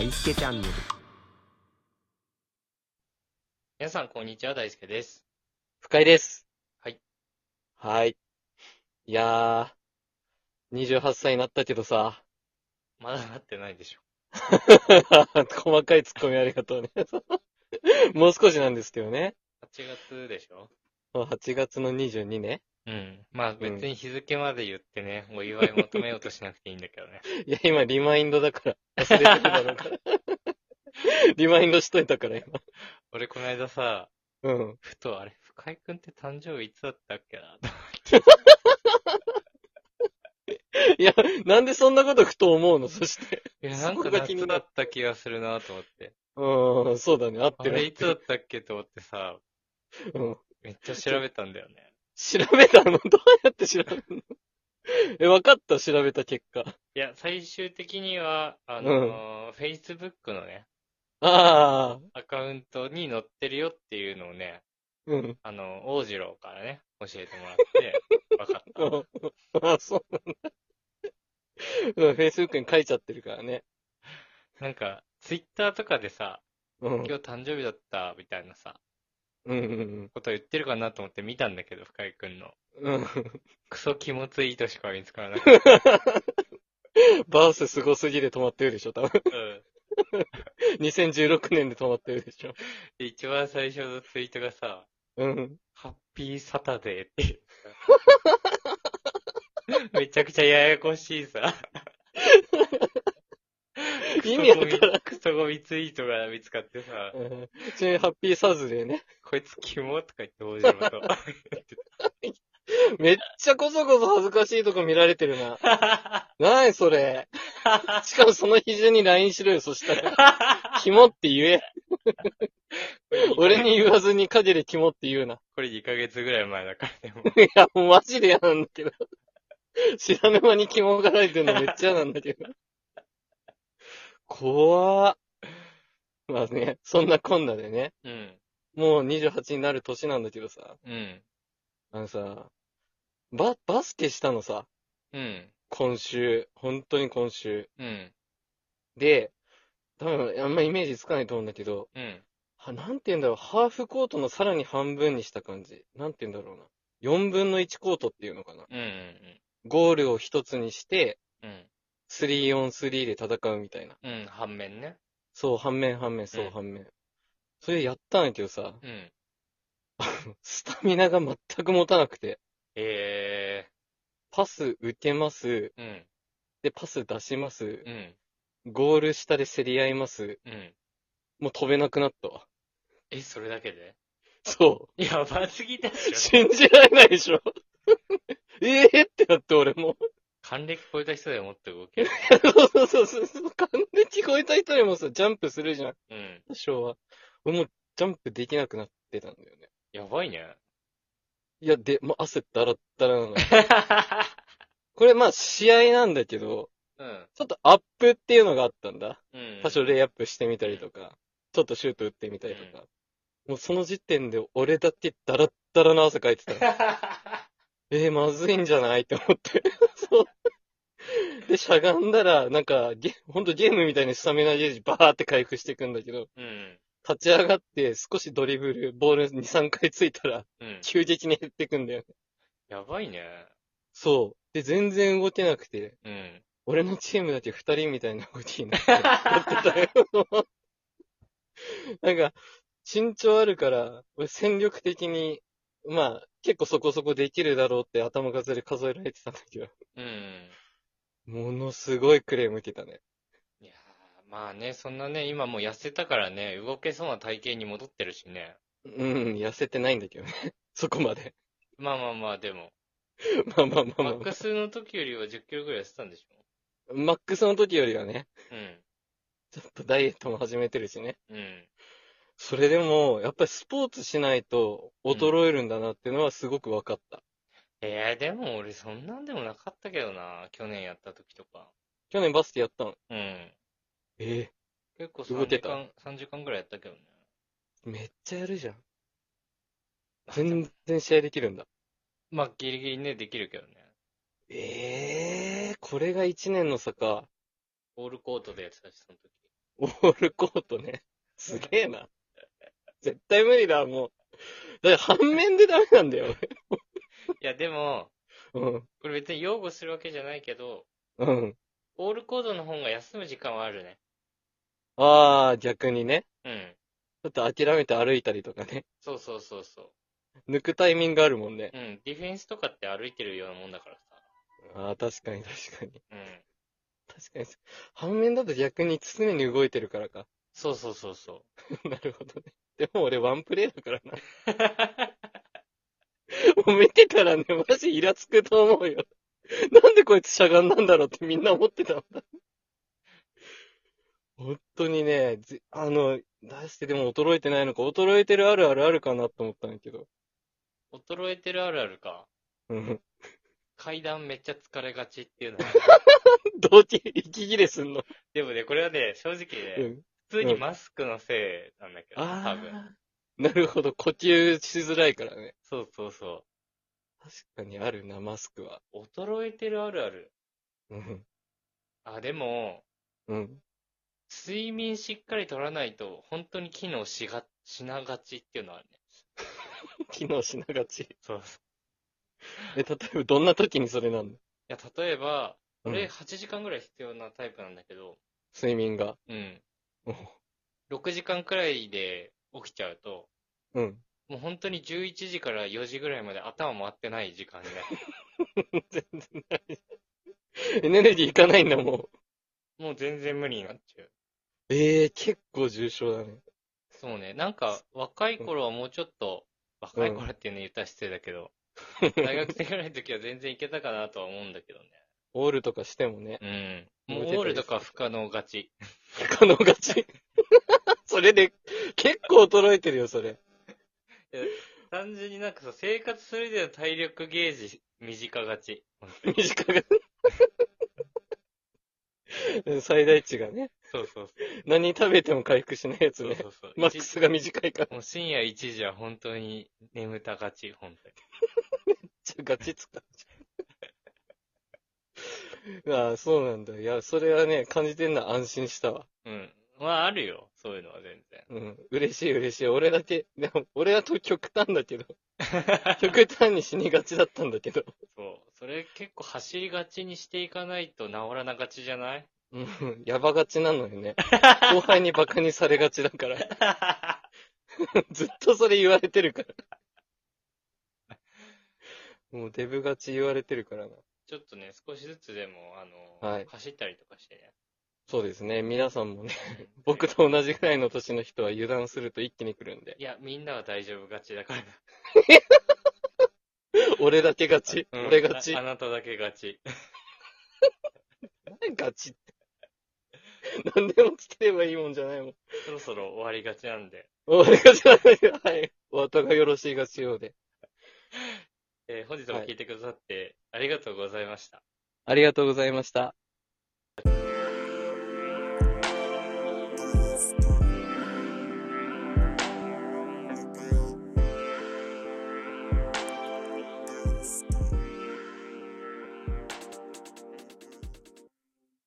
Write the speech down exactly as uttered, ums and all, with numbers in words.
大輔チャンネル。 皆さん、こんにちは。大輔です。 深井です。 はい。 はい。いやー、にじゅうはっさいになったけどさ。 まだなってないでしょ。 細かいツッコミありがとうね。もう少しなんですけどね。 はちがつでしょ。 はちがつのにじゅうにね。 うん。まあうん別に日付まで言ってね、お祝い求めようとしなくていいんだけどね。 いや、今リマインドだから。忘れてるだろうから。リマインドしといたから今。 俺この間さ、 うん。 ふとあれ、深井くんって誕生日いつだったっけなといや、なんでそんなことふと思うのそして。 いや、なそこんかが気になる。 夏だった気がするなと思って。 うん、そうだね。合っあてる合れいつだっってる。 たっけと思ってさ、 うん。 めっちゃ調べたんだよね。 調べたのどうやって調べるのえ、わかった調べた結果。 いや、最終的には、あうんのー、Facebook のね、 ああ、 アカウントに載ってるよっていうのをね、 うん。 あの、大次郎からね、教えてもらって、わかった。 うんあ、そうなんだ。うん、Facebook に書いちゃってるからね。 なんか、ツイッターとかでさ、 うん。 今日誕生日だったみたいなさ、 うんうんこと言ってるかなと思って見たんだけど、深井くんの。 うん。うん。 クソ気持ちいいとしか見つからなかった。 バースすごすぎで止まってるでしょ、多分。 うん。 にせんじゅうろくねんで止まってるでしょ。 で、一番最初のツイートがさ、 うん。 ハッピーサタデーっていうさ。めちゃくちゃややこしいさ。 意味わからん。 クソゴミツイートが見つかってさ、 うん。ちなみにハッピーサズデーね。 こいつキモとか言って大次郎と。 めっちゃこそこそ恥ずかしいとこ見られてるな。なにそれ。しかもその日中に ライン しろよ、そしたら。キモって言え。俺に言わずに陰でキモって言うな。 これにかげつぐらい前だからね、もう。 いや、もうマジで嫌なんだけど。知らぬ間に肝がられてるのめっちゃ嫌なんだけど。怖ー。まあね、そんなこんなでね。 うん。 もうにじゅうはちになる年なんだけどさ。 うん。 あのさ、バ、バスケしたのさ。 うん。 今週。本当に今週。 うん。 で、多分あんまイメージつかないと思うんだけど、 うん。 は、なんて言うんだろう。ハーフコートのさらに半分にした感じ。なんて言うんだろうな。よんぶんのいちコートっていうのかな。 うん。うん。 ゴールを一つにして、 うん。 スリーオンスリーで戦うみたいな。 うん。反面ね。 そう、反面反面、そう、 うん反面。それやったんだけどさ、 うん。 スタミナが全く持たなくて、 えパス受けます、 ー。うん。 で、パス出します、 うん。 ゴール下で競り合います、 うん。 もう飛べなくなったわ。 え、それだけでそやばすぎだう。 しょ。 信じられないでしょええってなって俺も。 還暦超えた人でもっと動ける。 そうそうそうそう。完璧聞こえた人にもさ、ジャンプするじゃん。 うん。 多少は。俺もうジャンプできなくなってたんだよね。 やばいね。 いや、で、もう汗だらだらなのよ。これまあ試合なんだけど、 うん。 ちょっとアップっていうのがあったんだ。 うん。 多少レイアップしてみたりとか、ちょっとシュート打ってみたりとか。もうその時点で俺だけダラッダラの汗かいてたの。えー、まずいんじゃないって思って。そう。で、しゃがんだら、なんか、ゲ、ほんとゲームみたいにスタミナゲージバーって回復していくんだけど、 うん。 立ち上がって少しドリブル、ボールに、さんかいついたら、 うん。 急激に減ってくんだよね。 やばいね。 そう。で、全然動けなくて、 うん。 俺のチームだけ二人みたいな動きになって、やってたよ。なんか、身長あるから、俺戦力的に、まあ、結構そこそこできるだろうって頭数で数えられてたんだけど、 うん。 ものすごいクレーム受けたね。 いやー、まあね、そんなね、今もう痩せたからね、動けそうな体型に戻ってるしね。 うん、痩せてないんだけどね。そこまで。 まあまあまあ、でも。 まあまあまあまあ、 マックスの時よりはじゅっキロぐらい痩せたんでしマックスの時よりはね、 ょうん。 ちょっとダイエットも始めてるしね。 うん。 それでも、やっぱりスポーツしないと衰えるんだなっていうのはすごく分かった。 えー、でも俺そんなんでもなかったけどな、去年やった時とか。 去年バスケやったの。 うん。 ええ結構3 動けた時間、さんじかんぐらいやったけどね。 めっちゃやるじゃん。 あでも全然試合できるんだ。 まあ、ギリギリね、できるけどね。 ええこれが一年の差か。 オールコートでやってたし、その時。 オールコートね。すげえな。絶対無理だ、もう。だから反面でダメなんだよ、 いや、でも、 俺。うん。 これ別に擁護するわけじゃないけど、 うん。 オールコードの方が休む時間はあるね。 ああ、逆にね。 うん。 ちょっと諦めて歩いたりとかね。 そうそうそうそ抜くタイミングあるもんね。 う。うん。ディフェンスとかって歩いてるようなもんだからさ。 ああ、確かに確かに。 うん。 確かに。反面だと逆に常に動いてるからか。 そうそうそうそなるほどね。でも俺ワンプレイだからな。 う。 もう見てたらね、マジイラつくと思うよ。なんでこいつしゃがんだんだろうってみんな思ってたもんだ。本当にね、ぜあの、出してでも衰えてないのか、衰えてるあるあるあるかなと思ったんだけど。 衰えてるあるあるか。 うん。 階段めっちゃ疲れがちっていうのは。 同期、息切れすんの。 でもね、これはね、正直ね、 うん。 普通にうん。 マスクのせいなんだけど、多分。 あー。なるほど。呼吸しづらいからね。 そうそうそ確かにあるな、マスクは。 う。衰えてるあるある。 うん。 あ、でも、 うん。 睡眠しっかり取らないと、本当に機能しが、しながちっていうのはあるね。 機能しながち。 そう。 え、例えばどんな時にそれなんだ？ いや、例えば、俺うん。 はちじかんぐらい必要なタイプなんだけど、 睡眠が。 うん。 うん。 ろくじかんくらいで起きちゃうと、 うん。 もう本当にじゅういちじからよじぐらいまで頭回ってない時間になる。 全然ない。エネルギーいかないんだ、もう。 もう全然無理になっちゃう。 ええー、結構重症だね。 そうね。なんか、若い頃はもうちょっと、若いうん。 頃っていうの言ったら失礼だけど、大学生ぐらいの時は全然いけたかなとは思うんだけどね。 オールとかしてもね。 うん。もう向いてオールとたりする。 か不可能勝ち。 不可能勝ち。それで、結構衰えてるよ、それ。 いや単純になんかさ、生活する上での体力ゲージ短勝ち。本当に。 短が、最大値がね。 そうそうそう。 何食べても回復しないやつね。 そうそうそう。一マックスが短いから。 もう深夜いちじは本当に眠たがち、本当に。 ちょ、ガチ使うじゃん。ああ、そうなんだ。いや、それはね、感じてんのは安心したわ。 うん。まあ、あるよ。そういうのは全然。 うん。嬉しい嬉しい。俺だけ、でも、俺はと極端だけど。極端に死にがちだったんだけど。 そう。それ結構走りがちにしていかないと治らながちじゃない？ うん。やばがちなのよね。後輩にバカにされがちだから。ずっとそれ言われてるから。もうデブがち言われてるからな。 ちょっとね、少しずつでも、あの、 はい。 走ったりとかしてね。 そうですね。皆さんもね、僕と同じぐらいの年の人は油断すると一気に来るんで。 いや、みんなは大丈夫がちだからな。 俺だけ勝ち。 うん俺勝ちあ。あなただけがち。 何勝ちって。何でもつければいいもんじゃないもん。 そろそろ終わりがちなんで。 俺がじゃないよ。はい。お後がよろしいがちようで。 えー本日も聞いてくださってありがとうございました。 ありがとうございました。